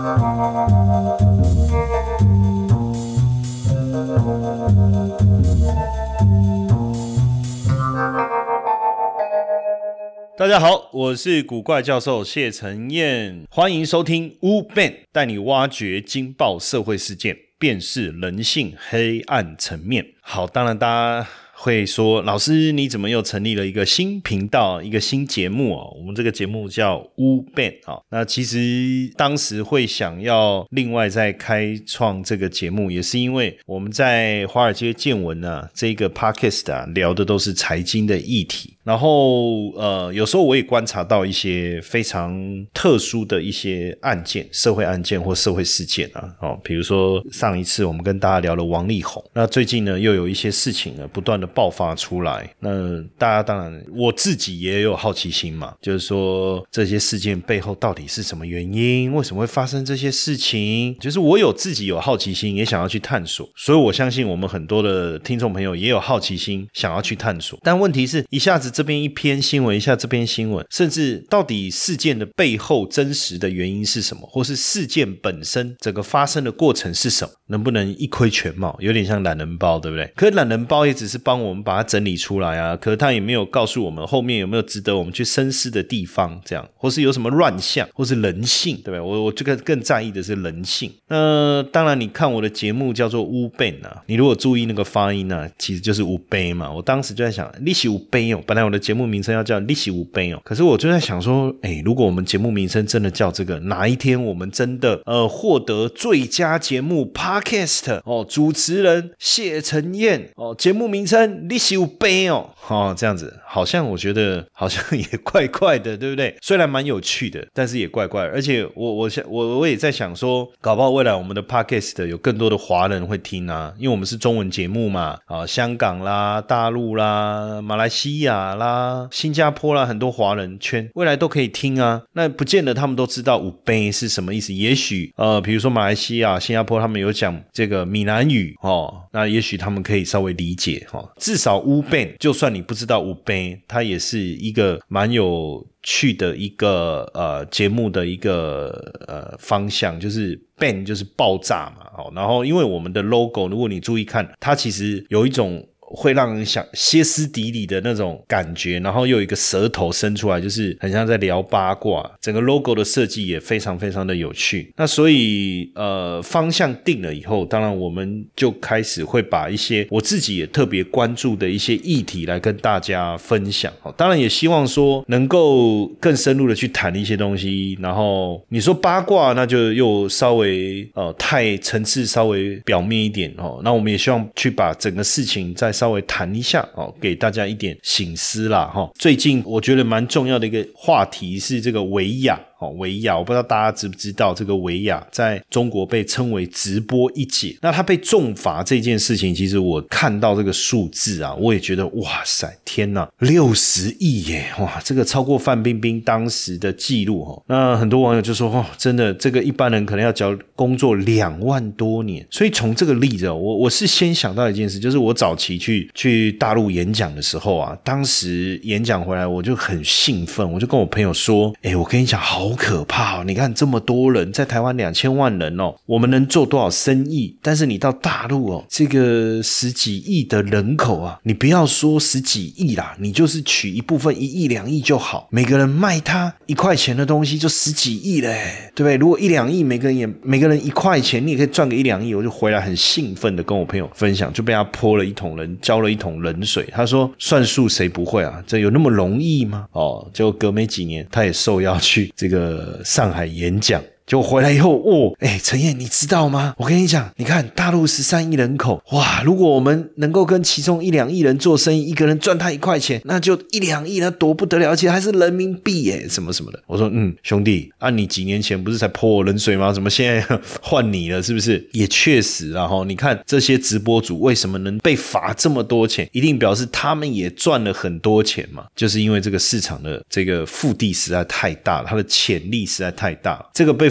大家好，我是古怪教授谢承彦，欢迎收听乌 Ben 带你挖掘惊爆社会事件，辨识人性黑暗层面。好，当然大家会说，老师你怎么又成立了一个新频道，一个新节目哦？我们这个节目叫乌 Ben 啊。那其实当时会想要另外再开创这个节目，也是因为我们在华尔街见闻啊这个 podcast 啊聊的都是财经的议题。然后有时候我也观察到一些非常特殊的一些案件，社会案件或社会事件啊，比如说上一次我们跟大家聊了王力宏，那最近呢又有一些事情呢不断的爆发出来，那大家当然我自己也有好奇心嘛，就是说这些事件背后到底是什么原因，为什么会发生这些事情，就是我自己有好奇心，也想要去探索，所以我相信我们很多的听众朋友也有好奇心想要去探索，但问题是一下子这边一篇新闻，一下这篇新闻，甚至到底事件的背后真实的原因是什么，或是事件本身整个发生的过程是什么，能不能一窥全貌，有点像懒人包，对不对？可是懒人包也只是帮我们把它整理出来啊，可是他也没有告诉我们后面有没有值得我们去深思的地方，这样，或是有什么乱象，或是人性，对不对？我这个更在意的是人性。当然你看我的节目叫做乌 Ben 啊，你如果注意那个发音啊，其实就是乌杯嘛，我当时就在想你是乌杯哦，本来我的节目名称要叫你是乌杯哦，可是我就在想说如果我们节目名称真的叫这个，哪一天我们真的获得最佳节目 Podcast 主持人谢承彦节目名称你是乌杯哦这样子好像我觉得好像也怪怪的，对不对？虽然蛮有趣的，但是也怪怪的，而且我也在想说，搞不好未来我们的 Podcast 有更多的华人会听啊，因为我们是中文节目嘛香港啦、大陆啦、马来西亚啦、新加坡啦，很多华人圈未来都可以听啊。那不见得他们都知道五杯是什么意思，也许比如说马来西亚、新加坡他们有讲这个闽南语那也许他们可以稍微理解至少乌 Ben 就算你不知道五杯，它也是一个蛮有趣的一个节目的一个方向，就是 Ben 就是爆炸嘛然后因为我们的 logo 如果你注意看，它其实有一种会让人想歇斯底里的那种感觉，然后又有一个舌头伸出来，就是很像在聊八卦，整个 logo 的设计也非常非常的有趣。那所以方向定了以后，当然我们就开始会把一些我自己也特别关注的一些议题来跟大家分享当然也希望说能够更深入的去谈一些东西，然后你说八卦那就又稍微太层次稍微表面一点那我们也希望去把整个事情再稍微谈一下给大家一点省思啦最近我觉得蛮重要的一个话题是这个维亚维亚，我不知道大家知不知道，这个维亚在中国被称为直播一姐，那他被重罚这件事情，其实我看到这个数字啊，我也觉得哇塞，天哪，60亿耶，哇，这个超过范冰冰当时的记录那很多网友就说真的，这个一般人可能要交工作2万多年，所以从这个例子我是先想到一件事，就是我早期去大陆演讲的时候啊，当时演讲回来我就很兴奋，我就跟我朋友说我跟你讲好可怕你看这么多人，在台湾2000万人我们能做多少生意，但是你到大陆这个10几亿的人口啊，你不要说10几亿啦，你就是取一部分1亿2亿就好，每个人卖他1块钱的东西就10几亿了对不对？如果1、2亿每个人1块钱，你也可以赚个1、2亿，我就回来很兴奋的跟我朋友分享，就被他泼了一桶人，浇了一桶冷水，他说算数谁不会啊，这有那么容易吗结果隔没几年他也受邀去这个上海演讲，结果回来以后承彦你知道吗，我跟你讲，你看大陆13亿人口，哇，如果我们能够跟其中1、2亿人做生意，一个人赚他1块钱，那就1、2亿，那多不得了，而且还是人民币什么什么的。我说兄弟你几年前不是才泼我冷水吗？怎么现在换你了，是不是？也确实你看这些直播主为什么能被罚这么多钱，一定表示他们也赚了很多钱嘛，就是因为这个市场的这个腹地实在太大了，它的潜力实在太大了，这个被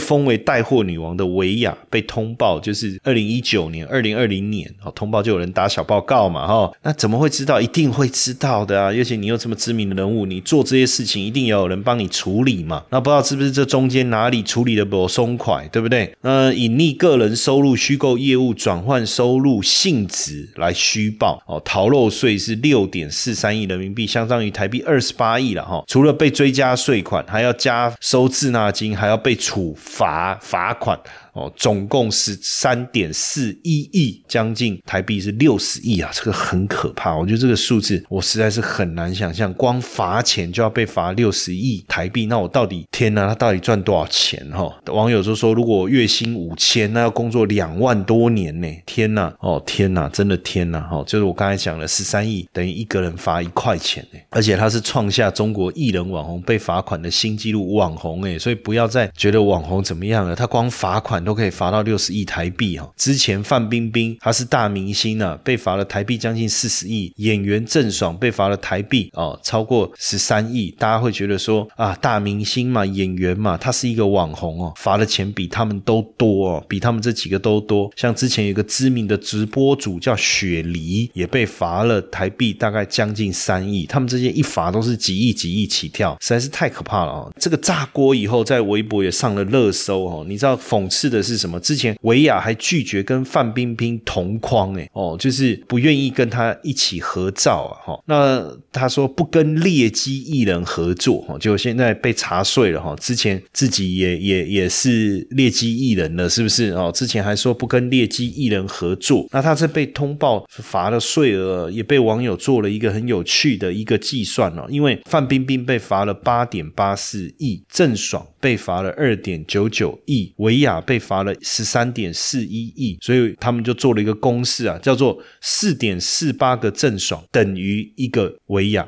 封为带货女王的维亚被通报，就是2019年、2020年通报就有人打小报告嘛那怎么会知道？一定会知道的啊！而且你又这么知名的人物，你做这些事情一定有人帮你处理嘛。那不知道是不是这中间哪里处理的不松快，对不对？隐匿个人收入、虚构业务转换收入性质来虚报逃漏税是 6.43 亿人民币，相当于台币28亿了除了被追加税款，还要加收滞纳金，还要被处罚款总共是 13.41 亿，将近台币是60亿啊，这个很可怕。我觉得这个数字我实在是很难想象，光罚钱就要被罚60亿台币，那我到底天哪，他到底赚多少钱网友就说如果月薪5000，那要工作2万多年呢，天哪天哪，真的天哪就是我刚才讲了13亿等于一个人罚1块钱而且他是创下中国艺人网红被罚款的新纪录网红所以不要再觉得网红怎么样了，他光罚款都可以罚到60亿台币之前范冰冰她是大明星被罚了台币将近40亿，演员郑爽被罚了台币超过13亿，大家会觉得说大明星嘛，演员嘛，他是一个网红罚的钱比他们都多比他们这几个都多。像之前有一个知名的直播主叫雪梨，也被罚了台币大概将近3亿，他们这些一罚都是几亿起跳，实在是太可怕了这个炸锅以后在微博也上了热搜你知道讽刺的是什么？之前维亚还拒绝跟范冰冰同框就是不愿意跟他一起合照那他说不跟劣迹艺人合作结果现在被查税了之前自己也是劣迹艺人了，是不是之前还说不跟劣迹艺人合作，那他这被通报罚了税额，也被网友做了一个很有趣的一个计算因为范冰冰被罚了 8.84 亿，郑爽被罚了 2.99 亿，维亚被罚了 13.41 亿，所以他们就做了一个公式叫做 4.48 个郑爽等于一个维亚，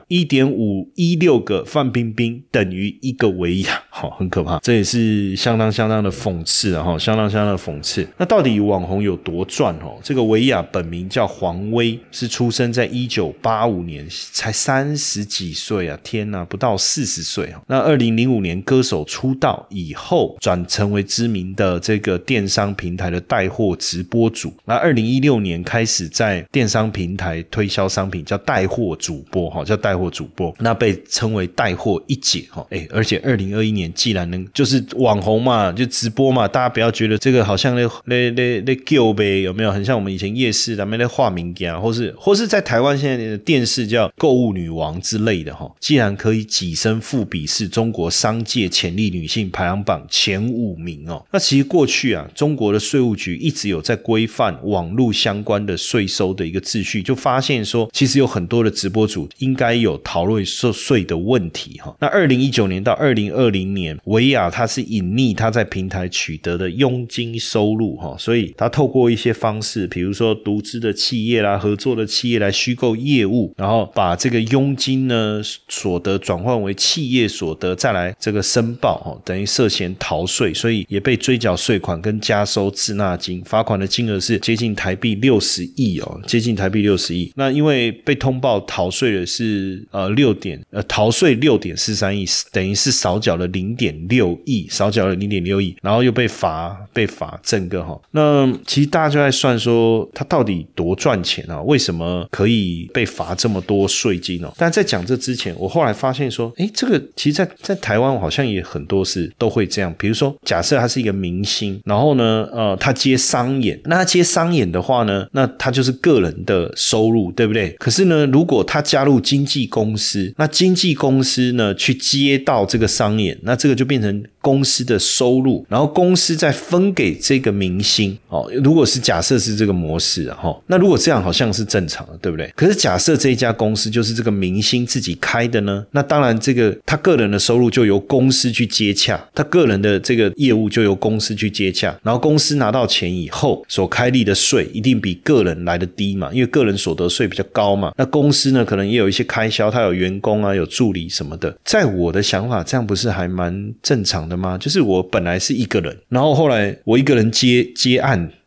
1.516 个范冰冰等于一个维亚很可怕，这也是相当的讽刺相当的讽刺。那到底网红有多赚这个维亚本名叫黄薇，是出生在1985年，才30几岁天哪，不到40岁那2005年歌手出道以后，转成为知名的这个电商平台的带货直播主，那2016年开始在电商平台推销商品，叫带货主播那被称为带货一姐而且2021年既然能就是网红嘛，就直播嘛，大家不要觉得这个好像在叫呗，有没有很像我们以前夜市他们在画名家，或是在台湾现在的电视叫购物女王之类的既然可以跻身富比士中国商界潜力女性排行榜前5名那其实过去中国的税务局一直有在规范网络相关的税收的一个秩序，就发现说其实有很多的直播主应该有逃漏税的问题那2019年到2020年，维亚他是隐匿他在平台取得的佣金收入所以他透过一些方式，比如说独资的企业啦、合作的企业来虚构业务，然后把这个佣金呢所得转换为企业所得，再来这个申报等于涉嫌逃税，所以也被追缴税款跟加收滞纳金，罚款的金额是接近台币60亿接近台币60亿。那因为被通报逃税的是逃税 6.43 亿，等于是少缴了 0.6 亿，然后又被罚整个那其实大家就在算说他到底多赚钱为什么可以被罚这么多税金但在讲这之前，我后来发现说这个其实在台湾好像也很多事都会这样，比如说假设他是一个明星，然后呢他接商演，那他接商演的话呢，那他就是个人的收入，对不对？可是呢如果他加入经纪公司，那经纪公司呢去接到这个商演，那这个就变成公司的收入，然后公司再分给这个明星如果是假设是这个模式那如果这样好像是正常的，对不对？可是假设这一家公司就是这个明星自己开的呢，那当然这个他个人的收入就由公司去接洽，他个人的这个业务就由公司去接洽，然后公司拿到钱以后所开立的税一定比个人来的低嘛，因为个人所得税比较高嘛，那公司呢可能也有一些开销，他有员工有助理什么的。在我的想法，这样不是还蛮正常的吗？就是我本来是一个人，然后后来我一个人接案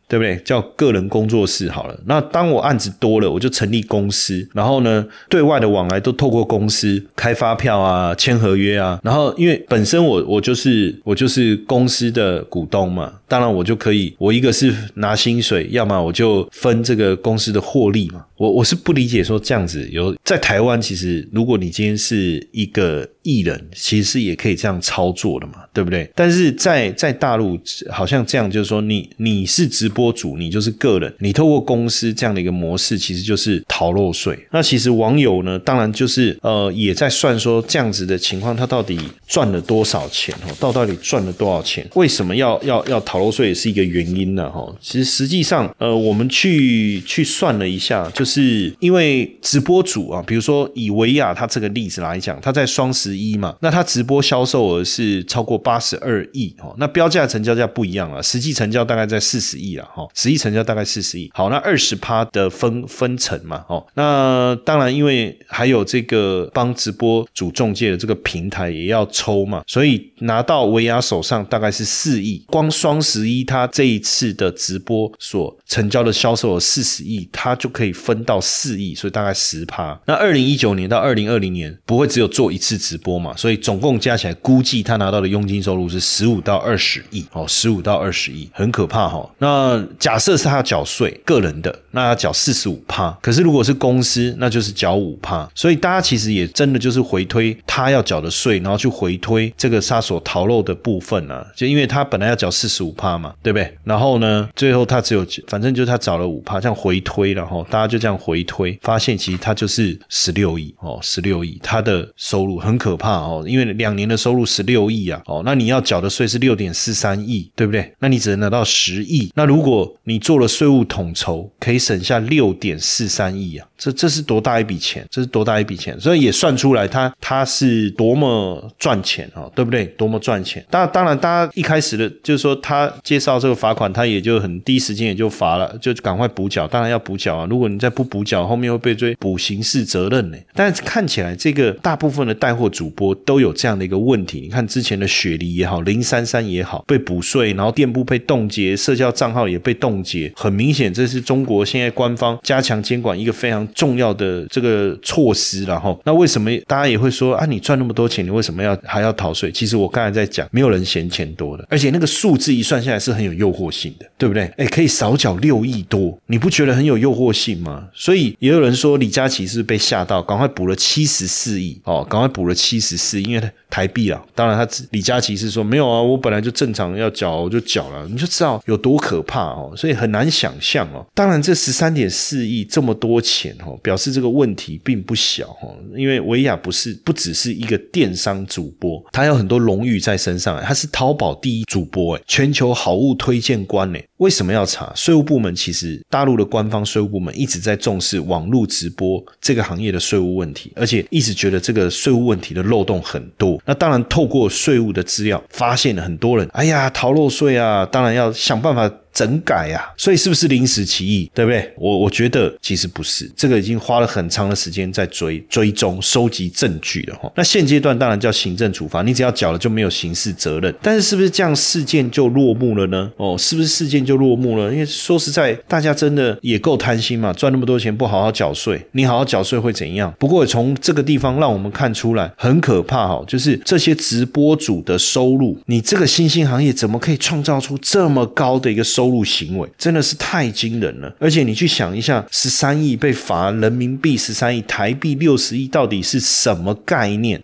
对不对？叫个人工作室好了。那当我案子多了，我就成立公司，然后呢，对外的往来都透过公司开发票啊、签合约啊。然后因为本身我就是公司的股东嘛，当然我就可以，我一个是拿薪水，要么我就分这个公司的获利嘛。我是不理解说这样子在台湾，其实如果你今天是一个艺人，其实也可以这样操作的嘛，对不对？但是在大陆好像这样，就是说你是直播主，你就是个人，你透过公司这样的一个模式，其实就是逃漏税。那其实网友呢，当然就是也在算说这样子的情况，他到底赚了多少钱到底赚了多少钱？为什么要逃漏税也是一个原因呢？其实实际上我们去算了一下，就是因为直播主啊，比如说以维亚他这个例子来讲，他在双11嘛，那他直播销售额是超过82亿那标价成交价不一样啊，实际成交大概在40亿啊实际成交大概40亿。好，那 20% 的分成嘛那当然因为还有这个帮直播主中介的这个平台也要抽嘛，所以拿到维亚手上大概是4亿。光双11他这一次的直播所成交的销售额40亿，他就可以分到4亿，所以大概 10%。那2019年到2020年不会只有做一次直播嘛，所以总共加起来估计他拿到的佣金收入是15到20亿15到20亿，很可怕那假设是他要缴税，个人的，那要缴 45%， 可是如果是公司，那就是缴 5%。 所以大家其实也真的就是回推他要缴的税，然后去回推这个他所逃漏的部分啊，就因为他本来要缴 45% 嘛，对不对？然后呢最后他只有反正就是他找了 5%， 这样回推，然后大家就这样回推，发现其实他就是16亿16亿，他的收入很可怕因为2年的收入16亿啊那你要缴的税是 6.43 亿，对不对？那你只能拿到10亿，那如果你做了税务统筹，可以省下 6.43 亿啊，这是多大一笔钱？这是多大一笔钱？所以也算出来他是多么赚钱对不对？多么赚钱。当然大家一开始的就是说他介绍这个罚款，他也就很第一时间也就罚了，就赶快补缴，当然要补缴啊，如果你再不补缴，后面会被追补刑事责任呢。但是看起来这个大部分的带货主播都有这样的一个问题，你看之前的雪梨也好，033也好，被补税，然后店铺被冻结，社交账号也被冻结，很明显这是中国现在官方加强监管一个非常重要的这个措施啦那为什么大家也会说啊，你赚那么多钱，你为什么还要逃税？其实我刚才在讲，没有人嫌钱多的，而且那个数字一算下来是很有诱惑性的，对不对？可以少缴6亿多，你不觉得很有诱惑性吗？所以也有人说李佳琦是被吓到，赶快补了74亿赶快补了74亿，因为台币啊，当然李佳琦是说没有啊，我本来就正常要缴，我就缴了，你就知道有多可怕所以很难想象当然这 13.4 亿这么多钱表示这个问题并不小因为维亚不只是一个电商主播，他有很多荣誉在身上他是淘宝第1主播全球好物推荐官为什么要查？税务部门其实大陆的官方税务部门一直在重视网络直播这个行业的税务问题，而且一直觉得这个税务问题的漏洞很多。那当然透过税务的资料发现了很多人逃漏税啊，当然要想办法整改啊，所以是不是临时起意，对不对？我觉得其实不是，这个已经花了很长的时间在追踪收集证据了那现阶段当然叫行政处罚，你只要缴了就没有刑事责任，但是是不是这样事件就落幕了呢？是不是事件就落幕了？因为说实在大家真的也够贪心嘛，赚那么多钱不好好缴税，你好好缴税会怎样？不过从这个地方让我们看出来很可怕就是这些直播主的收入，你这个新兴行业怎么可以创造出这么高的一个收入行为，真的是太惊人了。而且你去想一下，13亿被罚人民币13亿，台币60亿，到底是什么概念？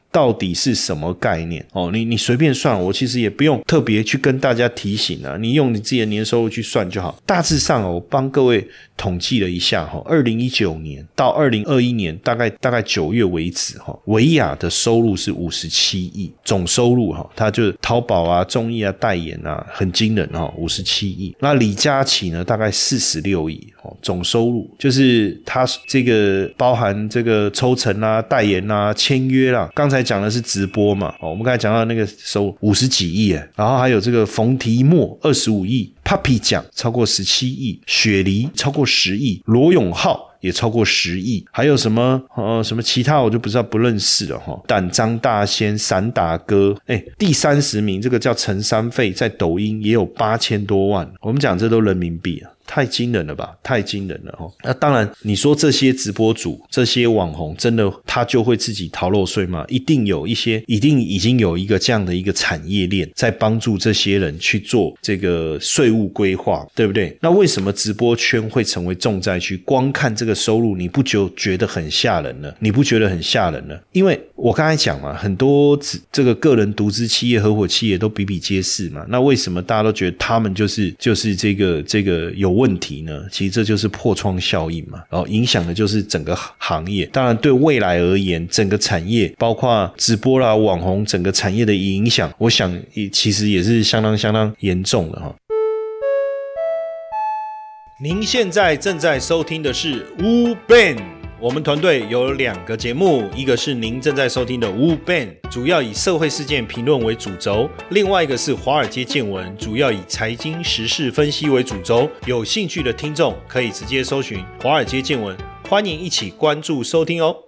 你随便算，我其实也不用特别去跟大家提醒啊，你用你自己的年收入去算就好。大致上我帮各位统计了一下2019年到2021年大概9月为止维亚的收入是57亿，总收入它就是淘宝啊、综艺啊、代言啊，很惊人57亿。那李佳琦呢大概46亿总收入，就是他这个包含这个抽成啊、代言啊、签约啦，刚才讲的是直播嘛我们刚才讲到那个收入50几亿然后还有这个冯提莫25亿，Papi 奖超过17亿，雪梨超过10亿，罗永浩也超过10亿，还有什么其他我就不认识了胆张大仙、散打哥，第30名这个叫陈三费，在抖音也有8000多万，我们讲这都人民币啊。太惊人了吧，太惊人了那当然你说这些直播主这些网红真的他就会自己逃漏税吗？一定已经有一个这样的一个产业链在帮助这些人去做这个税务规划，对不对？那为什么直播圈会成为重灾区？光看这个收入你不就觉得很吓人了？你不觉得很吓人了？因为我刚才讲嘛，很多这个个人独资企业合伙企业都比比皆是嘛，那为什么大家都觉得他们就是这个有问题呢？其实这就是破窗效应嘛，然后影响的就是整个行业。当然对未来而言，整个产业包括直播啦、网红整个产业的影响，我想其实也是相当严重的您现在正在收听的是乌 Ben，我们团队有2个节目，一个是您正在收听的乌 Ben， 主要以社会事件评论为主轴，另外一个是华尔街见闻，主要以财经时事分析为主轴。有兴趣的听众可以直接搜寻华尔街见闻，欢迎一起关注收听哦。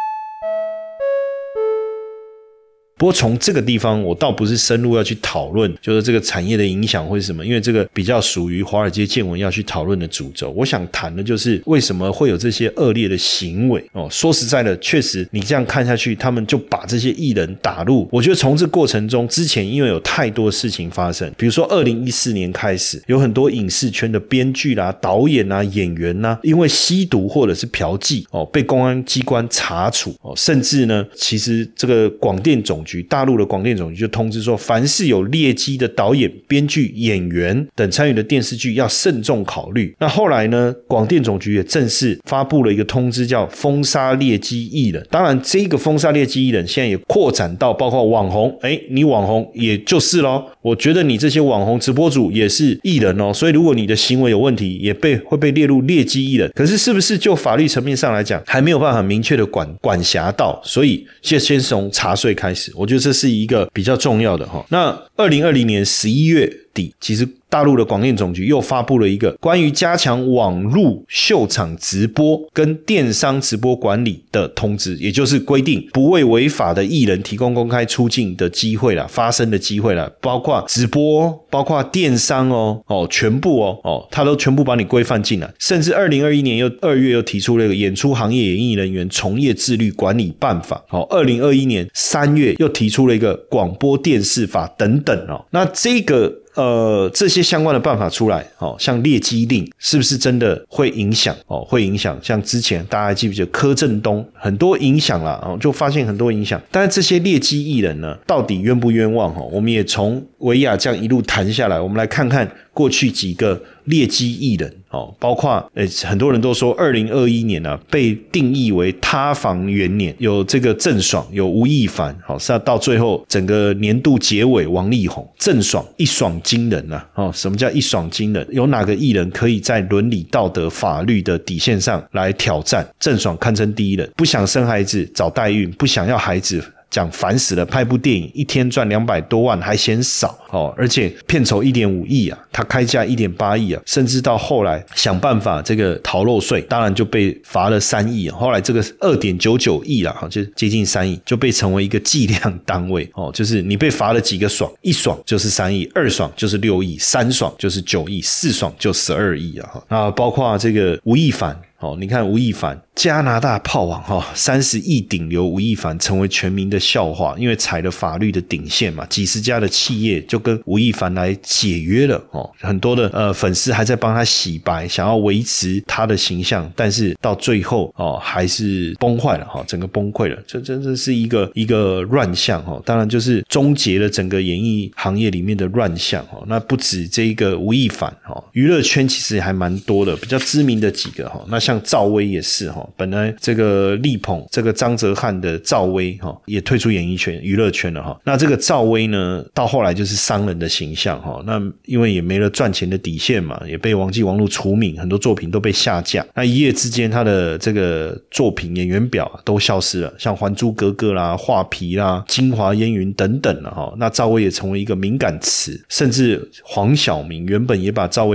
不过从这个地方我倒不是深入要去讨论就是这个产业的影响会是什么，因为这个比较属于华尔街见闻要去讨论的主轴。我想谈的就是为什么会有这些恶劣的行为说实在的，确实你这样看下去，他们就把这些艺人打入，我觉得从这过程中之前因为有太多事情发生，比如说2014年开始有很多影视圈的编剧啦、导演啦、演员啦，因为吸毒或者是嫖妓被公安机关查处甚至呢其实这个广电总局大陆的广电总局就通知说，凡是有劣迹的导演、编剧、演员等参与的电视剧要慎重考虑。那后来呢，广电总局也正式发布了一个通知，叫封杀劣迹艺人。当然这个封杀劣迹艺人现在也扩展到包括网红，你网红也就是咯，我觉得你这些网红直播主也是艺人所以如果你的行为有问题也会被列入劣迹艺人。可是是不是就法律层面上来讲还没有办法明确的管辖到，所以先从查税开始，我觉得这是一个比较重要的那2020年11月底，其实大陆的广电总局又发布了一个关于加强网络秀场直播跟电商直播管理的通知，也就是规定不为违法的艺人提供公开出境的机会啦、发声的机会啦，包括直播包括电商全部他都全部把你规范进来。甚至2021年2月又提出了一个演出行业演艺人员从业自律管理办法，2021年3月又提出了一个广播电视法等等那这些相关的办法出来像劣迹令是不是真的会影响会影响，像之前大家还记不记得柯震东很多影响啦就发现很多影响。但是这些劣迹艺人呢到底冤不冤枉我们也从维亚这样一路谈下来，我们来看看过去几个劣迹艺人包括很多人都说2021年被定义为塌房元年，有这个郑爽，有吴亦凡是到最后整个年度结尾王力宏。郑爽一爽惊人什么叫一爽惊人？有哪个艺人可以在伦理道德法律的底线上来挑战？郑爽堪称第一人，不想生孩子找代孕，不想要孩子讲烦死了，拍部电影一天赚200多万还嫌少而且片酬1.5亿他开价1.8亿甚至到后来想办法这个逃漏税，当然就被罚了3亿后来这个2.99亿就接近3亿，就被成为一个计量单位就是你被罚了几个爽，一爽就是3亿，2爽就是6亿，3爽就是9亿，4爽就12亿那包括这个吴亦凡你看吴亦凡加拿大炮王30亿顶流吴亦凡成为全民的笑话，因为踩了法律的顶线嘛，几十家的企业就跟吴亦凡来解约了很多的粉丝还在帮他洗白，想要维持他的形象，但是到最后还是崩坏了整个崩溃了。这真的是一个乱象当然就是终结了整个演艺行业里面的乱象那不止这一个吴亦凡娱乐圈其实还蛮多的，比较知名的几个那像赵薇也是本来这个力捧这个张哲瀚的赵薇也退出演艺圈娱乐圈了那这个赵薇呢到后来就是商人的形象那因为也没了赚钱的底线嘛，也被网际网络除名，很多作品都被下架，那一夜之间他的这个作品演员表都消失了，像还珠格格啦、画皮啦、京华烟云等等那赵薇也成为一个敏感词，甚至黄晓明原本也把赵薇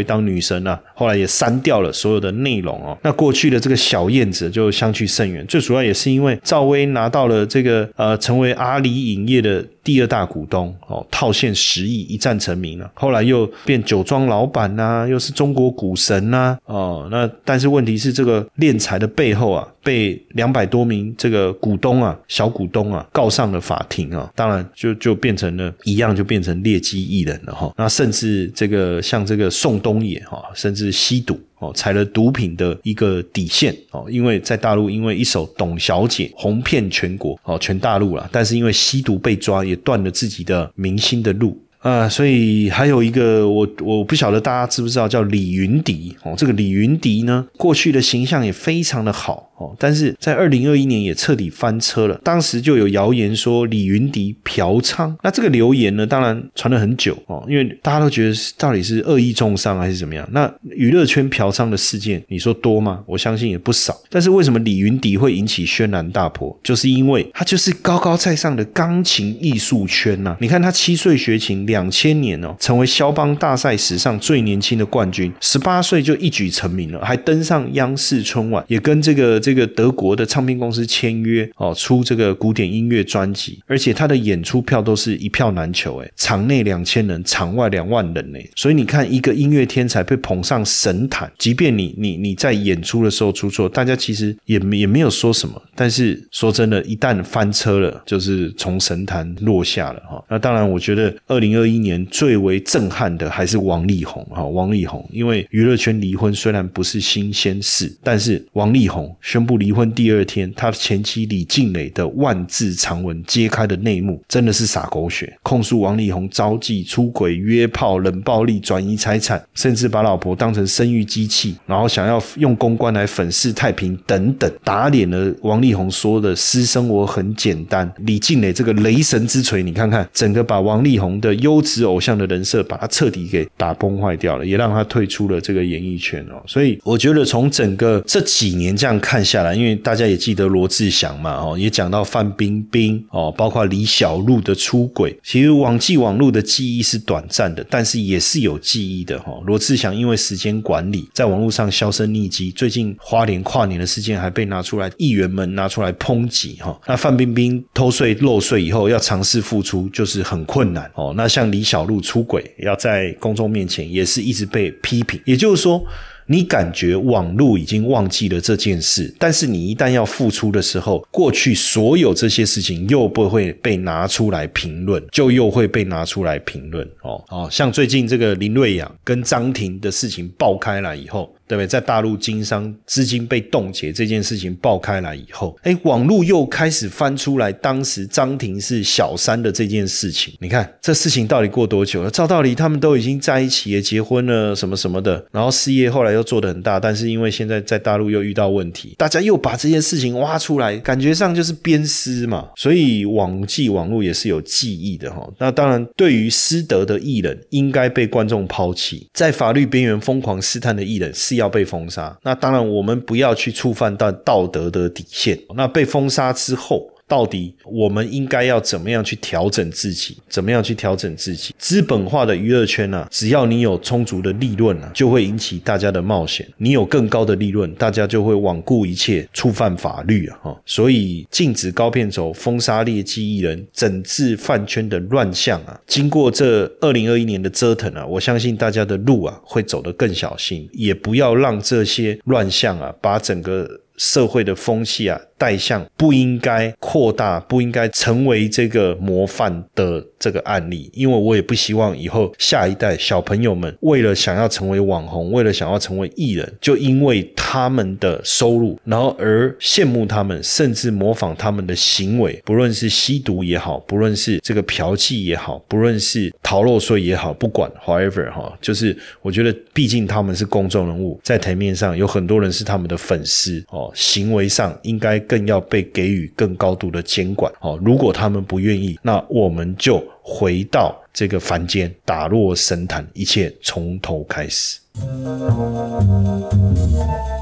当女神啊，后来也删掉了所有的内容哦。那过去的这个小燕子就相去甚远，最主要也是因为赵薇拿到了这个成为阿里影业的第2大股东哦，套现10亿一战成名了，后来又变酒庄老板啊，又是中国股神啊哦，那但是问题是这个敛财的背后啊，被200多名这个股东啊小股东啊告上了法庭啊，当然就变成了一样，就变成劣迹艺人了哈。那甚至这个像这个宋冬野哈，甚至吸毒踩了毒品的一个底线因为在大陆因为一首董小姐红遍全国全大陆啦，但是因为吸毒被抓也断了自己的明星的路所以还有一个我不晓得大家知不知道叫李云迪这个李云迪呢过去的形象也非常的好但是在2021年也彻底翻车了，当时就有谣言说李云迪嫖娼，那这个流言呢当然传了很久因为大家都觉得到底是恶意中伤还是怎么样，那娱乐圈嫖娼的事件你说多吗？我相信也不少，但是为什么李云迪会引起轩然大波，就是因为他就是高高在上的钢琴艺术圈你看他7岁学琴2000年成为肖邦大赛史上最年轻的冠军，18岁就一举成名了，还登上央视春晚，也跟这个德国的唱片公司签约出这个古典音乐专辑，而且他的演出票都是一票难求场内2000人，场外2万人所以你看一个音乐天才被捧上神坛，即便你在演出的时候出错，大家其实也没有说什么，但是说真的一旦翻车了就是从神坛落下了那当然我觉得2021年最为震撼的还是王力宏王力宏，因为娱乐圈离婚虽然不是新鲜事，但是王力宏宣布离婚第2天，他前妻李静蕾的万字长文揭开的内幕真的是洒狗血，控诉王力宏招妓、出轨、约炮、冷暴力、转移财产，甚至把老婆当成生育机器，然后想要用公关来粉饰太平等等，打脸了王力宏说的私生活很简单。李静蕾这个雷神之锤，你看看整个把王力宏的优质偶像的人设把他彻底给打崩坏掉了，也让他退出了这个演艺圈所以我觉得从整个这几年这样看下来，因为大家也记得罗志祥嘛也讲到范冰冰包括李小璐的出轨，其实网际网络的记忆是短暂的，但是也是有记忆的罗志祥因为时间管理在网络上销声匿迹，最近花莲跨年的事件还被拿出来议员们拿出来抨击那范冰冰偷税漏税以后要尝试复出就是很困难那像李小璐出轨要在公众面前也是一直被批评，也就是说你感觉网络已经忘记了这件事，但是你一旦要复出的时候，过去所有这些事情又不会被拿出来评论，就又会被拿出来评论像最近这个林瑞阳跟张庭的事情爆开来以后，对不对？在大陆经商资金被冻结这件事情爆开来以后，网络又开始翻出来当时张庭是小三的这件事情。你看这事情到底过多久了？照道理他们都已经在一起也结婚了什么什么的，然后事业后来又做得很大，但是因为现在在大陆又遇到问题，大家又把这件事情挖出来，感觉上就是鞭尸嘛。所以网络也是有记忆的那当然对于失德的艺人应该被观众抛弃，在法律边缘疯狂试探的艺人是要被封杀，那当然我们不要去触犯到道德的底线。那被封杀之后到底我们应该要怎么样去调整自己？资本化的娱乐圈只要你有充足的利润就会引起大家的冒险，你有更高的利润，大家就会罔顾一切，触犯法律所以禁止高片酬，封杀劣迹艺人，整治饭圈的乱象经过这2021年的折腾我相信大家的路会走得更小心，也不要让这些乱象把整个社会的风气带向不应该扩大，不应该成为这个模范的这个案例。因为我也不希望以后下一代小朋友们为了想要成为网红，为了想要成为艺人，就因为他们的收入然后而羡慕他们，甚至模仿他们的行为，不论是吸毒也好，不论是这个嫖妓也好，不论是逃漏税也好，不管 however 就是我觉得毕竟他们是公众人物，在台面上有很多人是他们的粉丝行为上应该更要被给予更高度的监管如果他们不愿意，那我们就回到这个凡间，打落神坛，一切从头开始。